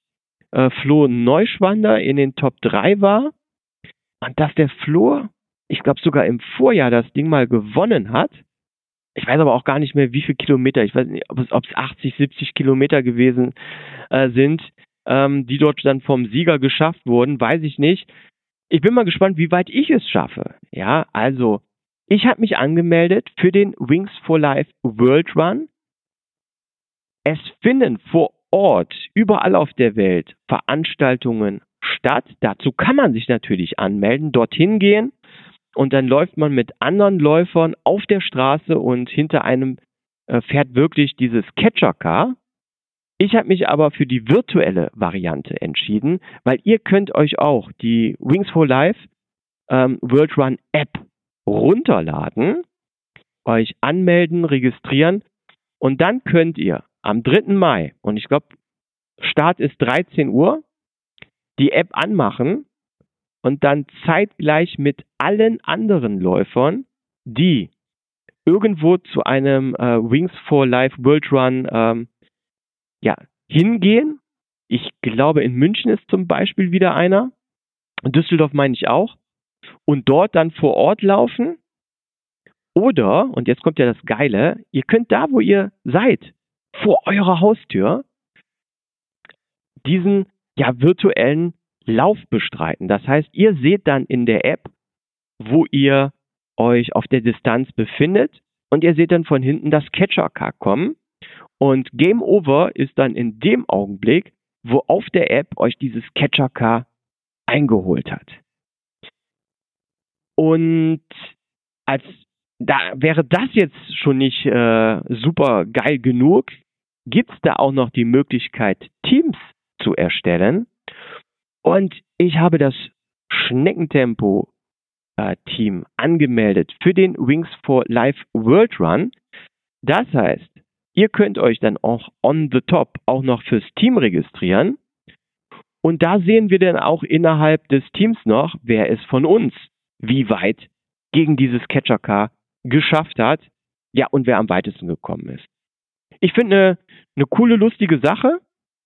Speaker 2: äh, Flo Neuschwander in den Top drei war und dass der Flo, ich glaube sogar im Vorjahr das Ding mal gewonnen hat. Ich weiß aber auch gar nicht mehr, wie viele Kilometer, ich weiß nicht, ob es, ob es achtzig, siebzig Kilometer gewesen äh, sind, ähm, die dort dann vom Sieger geschafft wurden, weiß ich nicht. Ich bin mal gespannt, wie weit ich es schaffe. Ja, also, ich habe mich angemeldet für den Wings for Life World Run. Es finden vor Ort, überall auf der Welt, Veranstaltungen statt. Dazu kann man sich natürlich anmelden, dorthin gehen und dann läuft man mit anderen Läufern auf der Straße und hinter einem äh, fährt wirklich dieses Catcher-Car. Ich habe mich aber für die virtuelle Variante entschieden, weil ihr könnt euch auch die Wings for Life ähm, World Run App runterladen, euch anmelden, registrieren und dann könnt ihr am dritten Mai, und ich glaube, Start ist dreizehn Uhr, die App anmachen und dann zeitgleich mit allen anderen Läufern, die irgendwo zu einem äh, Wings for Life World Run ähm, ja, hingehen. Ich glaube, in München ist zum Beispiel wieder einer. In Düsseldorf meine ich auch. Und dort dann vor Ort laufen. Oder, und jetzt kommt ja das Geile, ihr könnt da, wo ihr seid, vor eurer Haustür, diesen ja virtuellen Lauf bestreiten. Das heißt, ihr seht dann in der App, wo ihr euch auf der Distanz befindet und ihr seht dann von hinten das Catcher-Car kommen und Game Over ist dann in dem Augenblick, wo auf der App euch dieses Catcher-Car eingeholt hat. Und als da wäre das jetzt schon nicht äh, super geil genug, gibt es da auch noch die Möglichkeit, Teams zu erstellen. Und ich habe das Schneckentempo-Team äh, angemeldet für den Wings for Life World Run. Das heißt, ihr könnt euch dann auch on the top auch noch fürs Team registrieren. Und da sehen wir dann auch innerhalb des Teams noch, wer es von uns wie weit gegen dieses Catcher-Car geschafft hat, ja, und wer am weitesten gekommen ist. Ich finde eine ne coole, lustige Sache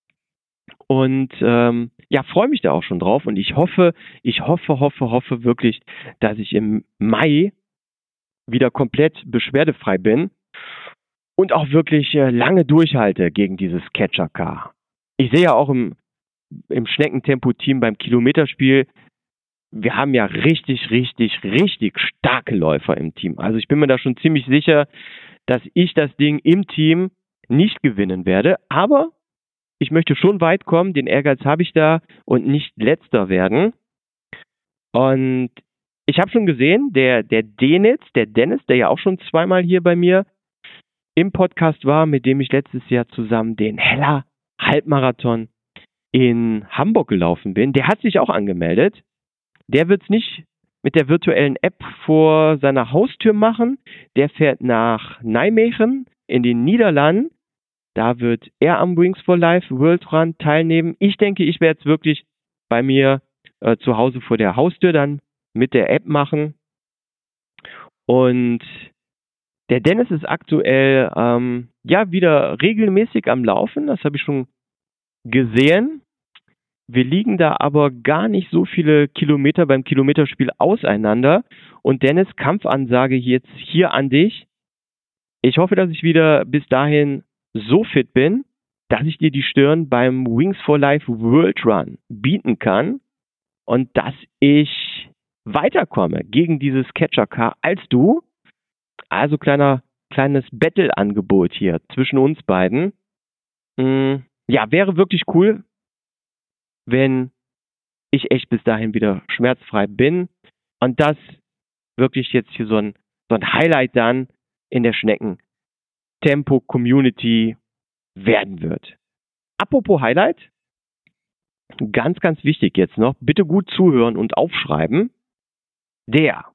Speaker 2: und ähm, ja, freue mich da auch schon drauf und ich hoffe, ich hoffe, hoffe, hoffe wirklich, dass ich im Mai wieder komplett beschwerdefrei bin und auch wirklich äh, lange durchhalte gegen dieses Catcher-Car. Ich sehe ja auch im, im Schneckentempo-Team beim Kilometerspiel, wir haben ja richtig, richtig, richtig starke Läufer im Team. Also ich bin mir da schon ziemlich sicher, dass ich das Ding im Team nicht gewinnen werde. Aber ich möchte schon weit kommen, den Ehrgeiz habe ich da und nicht letzter werden. Und ich habe schon gesehen, der, der Denitz, der Dennis, der ja auch schon zweimal hier bei mir im Podcast war, mit dem ich letztes Jahr zusammen den Heller Halbmarathon in Hamburg gelaufen bin, der hat sich auch angemeldet. Der wird es nicht mit der virtuellen App vor seiner Haustür machen. Der fährt nach Nijmegen in den Niederlanden. Da wird er am Wings for Life World Run teilnehmen. Ich denke, ich werde es wirklich bei mir äh, zu Hause vor der Haustür dann mit der App machen. Und der Dennis ist aktuell ähm, ja wieder regelmäßig am Laufen. Das habe ich schon gesehen. Wir liegen da aber gar nicht so viele Kilometer beim Kilometerspiel auseinander. Und Dennis, Kampfansage jetzt hier an dich. Ich hoffe, dass ich wieder bis dahin so fit bin, dass ich dir die Stirn beim Wings for Life World Run bieten kann und dass ich weiterkomme gegen dieses Catcher-Car als du. Also kleiner, kleines Battle-Angebot hier zwischen uns beiden. Hm, ja, wäre wirklich cool, wenn ich echt bis dahin wieder schmerzfrei bin und das wirklich jetzt hier so ein, so ein Highlight dann in der Schnecken-Tempo-Community werden wird. Apropos Highlight, ganz, ganz wichtig jetzt noch, bitte gut zuhören und aufschreiben. Der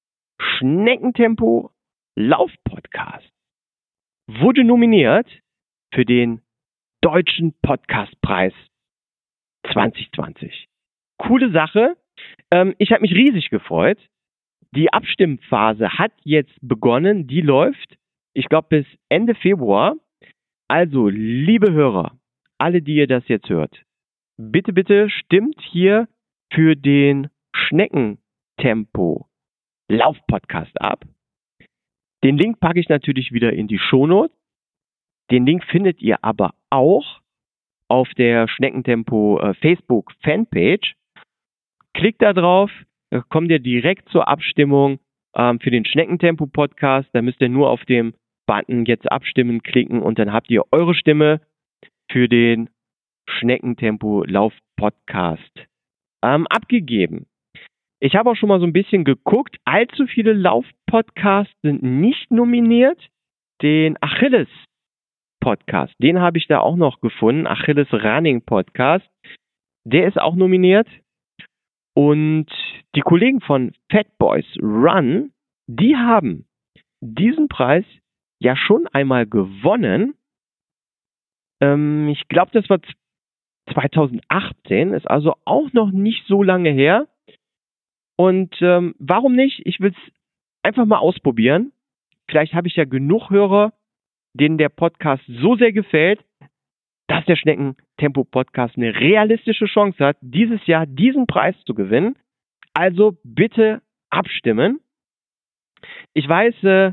Speaker 2: Schneckentempo-Lauf-Podcast wurde nominiert für den Deutschen Podcastpreis zwanzig zwanzig. Coole Sache. Ähm, ich habe mich riesig gefreut. Die Abstimmphase hat jetzt begonnen. Die läuft, ich glaube, bis Ende Februar. Also, liebe Hörer, alle, die ihr das jetzt hört, bitte, bitte stimmt hier für den Schneckentempo Lauf-Podcast ab. Den Link packe ich natürlich wieder in die Shownotes. Den Link findet ihr aber auch auf der Schneckentempo äh, Facebook Fanpage. Klickt da drauf, da kommt ihr direkt zur Abstimmung ähm, für den Schneckentempo Podcast. Da müsst ihr nur auf dem Button jetzt abstimmen klicken und dann habt ihr eure Stimme für den Schneckentempo Lauf Podcast ähm, abgegeben. Ich habe auch schon mal so ein bisschen geguckt. Allzu viele Lauf-Podcasts sind nicht nominiert. Den Achilles Podcast, den habe ich da auch noch gefunden. Achilles Running Podcast. Der ist auch nominiert. Und die Kollegen von Fat Boys Run, die haben diesen Preis ja schon einmal gewonnen. Ähm, ich glaube, das war zwanzig achtzehn, ist also auch noch nicht so lange her. Und ähm, warum nicht? Ich will es einfach mal ausprobieren. Vielleicht habe ich ja genug Hörer, denen der Podcast so sehr gefällt, dass der Schneckentempo-Podcast eine realistische Chance hat, dieses Jahr diesen Preis zu gewinnen. Also bitte abstimmen. Ich weiß, äh,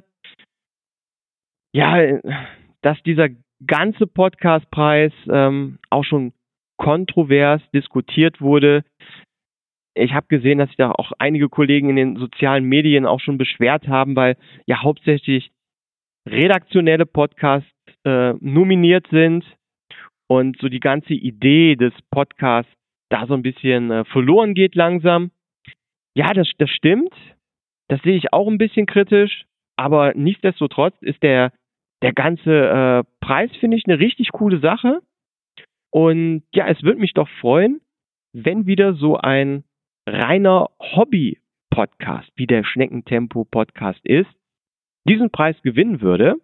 Speaker 2: ja, dass dieser ganze Podcastpreis ähm, auch schon kontrovers diskutiert wurde. Ich habe gesehen, dass sich da auch einige Kollegen in den sozialen Medien auch schon beschwert haben, weil ja hauptsächlich redaktionelle Podcasts äh, nominiert sind und so die ganze Idee des Podcasts da so ein bisschen äh, verloren geht langsam. Ja, das, das stimmt. Das sehe ich auch ein bisschen kritisch, aber nichtsdestotrotz ist der, der ganze äh, Preis, finde ich, eine richtig coole Sache. Und ja, es würde mich doch freuen, wenn wieder so ein reiner Hobby-Podcast, wie der Schneckentempo-Podcast ist, diesen Preis gewinnen würde.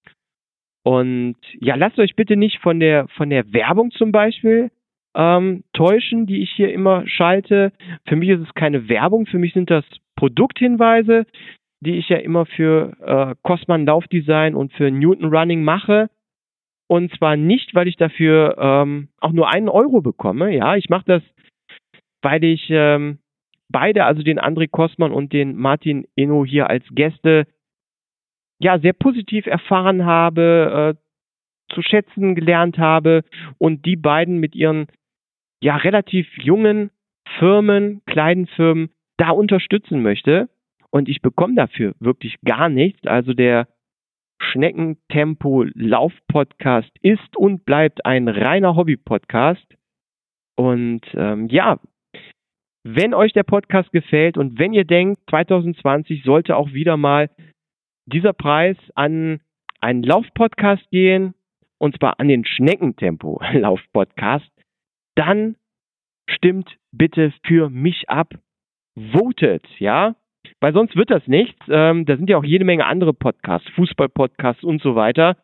Speaker 2: Und ja, lasst euch bitte nicht von der von der Werbung zum Beispiel ähm, täuschen, die ich hier immer schalte. Für mich ist es keine Werbung, für mich sind das Produkthinweise, die ich ja immer für äh, Cosman Laufdesign und für Newton Running mache. Und zwar nicht, weil ich dafür ähm, auch nur einen Euro bekomme. Ja, ich mache das, weil ich ähm, beide, also den André Cosman und den Martin Inno hier als Gäste, ja, sehr positiv erfahren habe, äh, zu schätzen gelernt habe und die beiden mit ihren ja relativ jungen Firmen, kleinen Firmen da unterstützen möchte. Und ich bekomme dafür wirklich gar nichts. Also der Schneckentempo Lauf-Podcast ist und bleibt ein reiner Hobby-Podcast. Und ähm, ja, wenn euch der Podcast gefällt und wenn ihr denkt, zwanzig zwanzig sollte auch wieder mal dieser Preis an einen Lauf-Podcast gehen, und zwar an den Schneckentempo Lauf-Podcast, dann stimmt bitte für mich ab. Votet, ja? Weil sonst wird das nichts. Ähm, da sind ja auch jede Menge andere Podcasts, Fußball-Podcasts und so weiter.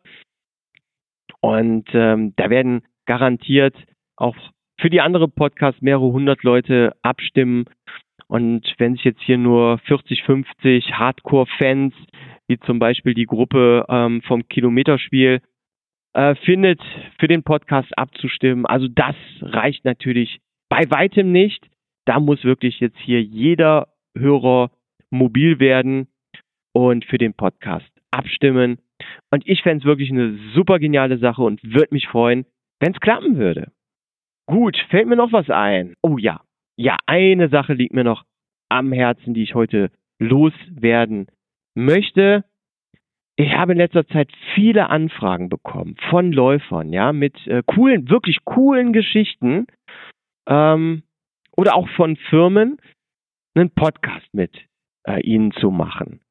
Speaker 2: Und ähm, da werden garantiert auch für die andere Podcasts mehrere hundert Leute abstimmen. Und wenn sich jetzt hier nur vierzig, fünfzig Hardcore-Fans, wie zum Beispiel die Gruppe ähm, vom Kilometerspiel, äh, findet, für den Podcast abzustimmen, also das reicht natürlich bei weitem nicht. Da muss wirklich jetzt hier jeder Hörer mobil werden und für den Podcast abstimmen. Und ich fände es wirklich eine super geniale Sache und würde mich freuen, wenn es klappen würde. Gut, fällt mir noch was ein? Oh ja, ja, eine Sache liegt mir noch am Herzen, die ich heute loswerden möchte. Ich habe in letzter Zeit viele Anfragen bekommen von Läufern, ja, mit äh, coolen, wirklich coolen Geschichten ähm, oder auch von Firmen, einen Podcast mit äh, ihnen zu machen.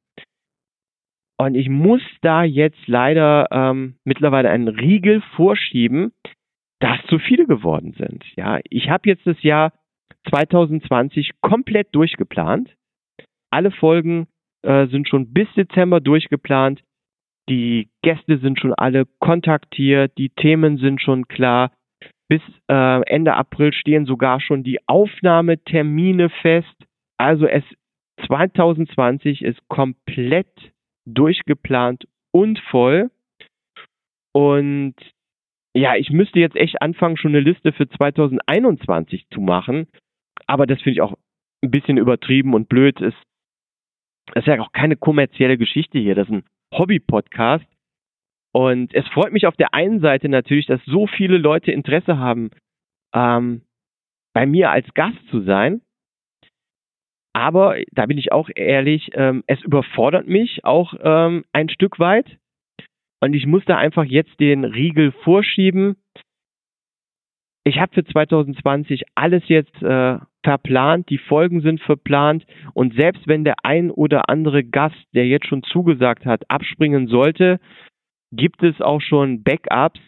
Speaker 2: Und ich muss da jetzt leider ähm, mittlerweile einen Riegel vorschieben, dass zu viele geworden sind. Ja, ich habe jetzt das Jahr zwanzig zwanzig komplett durchgeplant. Alle Folgen äh, sind schon bis Dezember durchgeplant. Die Gäste sind schon alle kontaktiert, die Themen sind schon klar. Bis äh, Ende April stehen sogar schon die Aufnahmetermine fest. Also es zwanzig zwanzig ist komplett durchgeplant und voll. Und ja, ich müsste jetzt echt anfangen, schon eine Liste für zwanzig einundzwanzig zu machen. Aber das finde ich auch ein bisschen übertrieben und blöd. Es ist ja auch keine kommerzielle Geschichte hier. Das ist ein Hobby-Podcast. Und es freut mich auf der einen Seite natürlich, dass so viele Leute Interesse haben, ähm, bei mir als Gast zu sein. Aber, da bin ich auch ehrlich, ähm, es überfordert mich auch ähm, ein Stück weit. Und ich muss da einfach jetzt den Riegel vorschieben. Ich habe für zwanzig zwanzig alles jetzt äh, verplant, die Folgen sind verplant. Und selbst wenn der ein oder andere Gast, der jetzt schon zugesagt hat, abspringen sollte, gibt es auch schon Backups.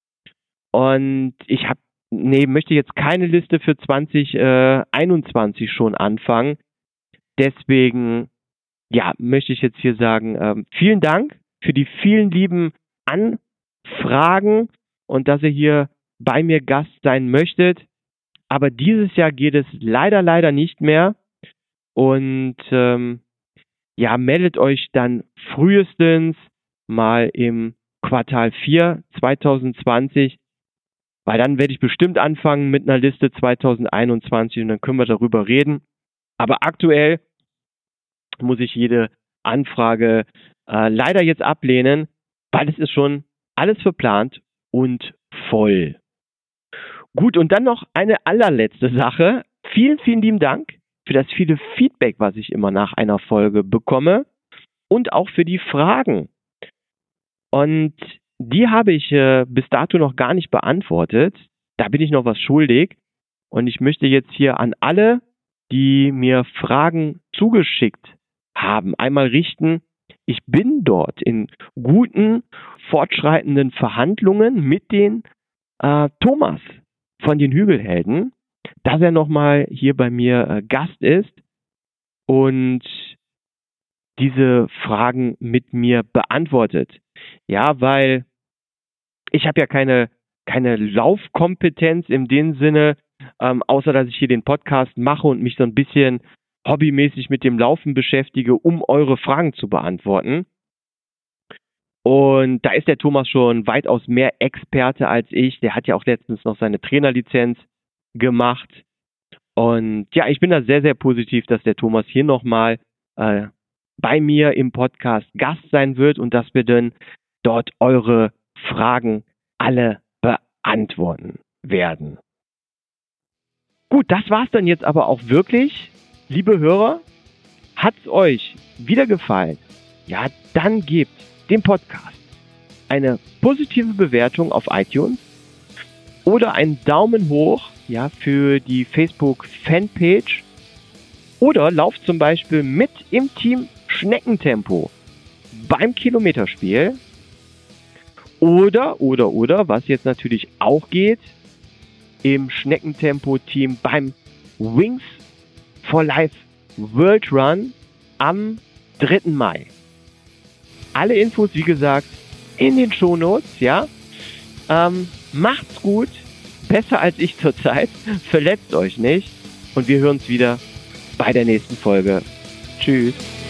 Speaker 2: Und ich habe, nee, möchte jetzt keine Liste für zwanzig einundzwanzig schon anfangen. Deswegen, ja, möchte ich jetzt hier sagen, ähm, vielen Dank für die vielen lieben Anfragen und dass ihr hier bei mir Gast sein möchtet. Aber dieses Jahr geht es leider, leider nicht mehr. Und ähm, ja, meldet euch dann frühestens mal im Quartal vier zwanzig zwanzig, weil dann werde ich bestimmt anfangen mit einer Liste zwanzig einundzwanzig und dann können wir darüber reden. Aber aktuell muss ich jede Anfrage äh, leider jetzt ablehnen, weil es ist schon alles verplant und voll. Gut, und dann noch eine allerletzte Sache. Vielen, vielen lieben Dank für das viele Feedback, was ich immer nach einer Folge bekomme und auch für die Fragen. Und die habe ich äh, bis dato noch gar nicht beantwortet. Da bin ich noch was schuldig. Und ich möchte jetzt hier an alle, die mir Fragen zugeschickt haben, einmal richten. Ich bin dort in guten, fortschreitenden Verhandlungen mit den äh, Thomas von den Hügelhelden, dass er nochmal hier bei mir äh, Gast ist und diese Fragen mit mir beantwortet. Ja, weil ich habe ja keine, keine Laufkompetenz in dem Sinne, ähm, außer dass ich hier den Podcast mache und mich so ein bisschen hobbymäßig mit dem Laufen beschäftige, um eure Fragen zu beantworten. Und da ist der Thomas schon weitaus mehr Experte als ich. Der hat ja auch letztens noch seine Trainerlizenz gemacht. Und ja, ich bin da sehr, sehr positiv, dass der Thomas hier nochmal äh, bei mir im Podcast Gast sein wird und dass wir dann dort eure Fragen alle beantworten werden. Gut, das war's dann jetzt aber auch wirklich. Liebe Hörer, hat's euch wieder gefallen? Ja, dann gebt dem Podcast eine positive Bewertung auf iTunes oder einen Daumen hoch, ja, für die Facebook-Fanpage oder lauft zum Beispiel mit im Team Schneckentempo beim Kilometerspiel oder, oder, oder, was jetzt natürlich auch geht, im Schneckentempo-Team beim Wings for Life World Run am dritten Mai. Alle Infos, wie gesagt, in den Shownotes, ja. Ähm, macht's gut, besser als ich zurzeit, verletzt euch nicht und wir hören uns wieder bei der nächsten Folge. Tschüss.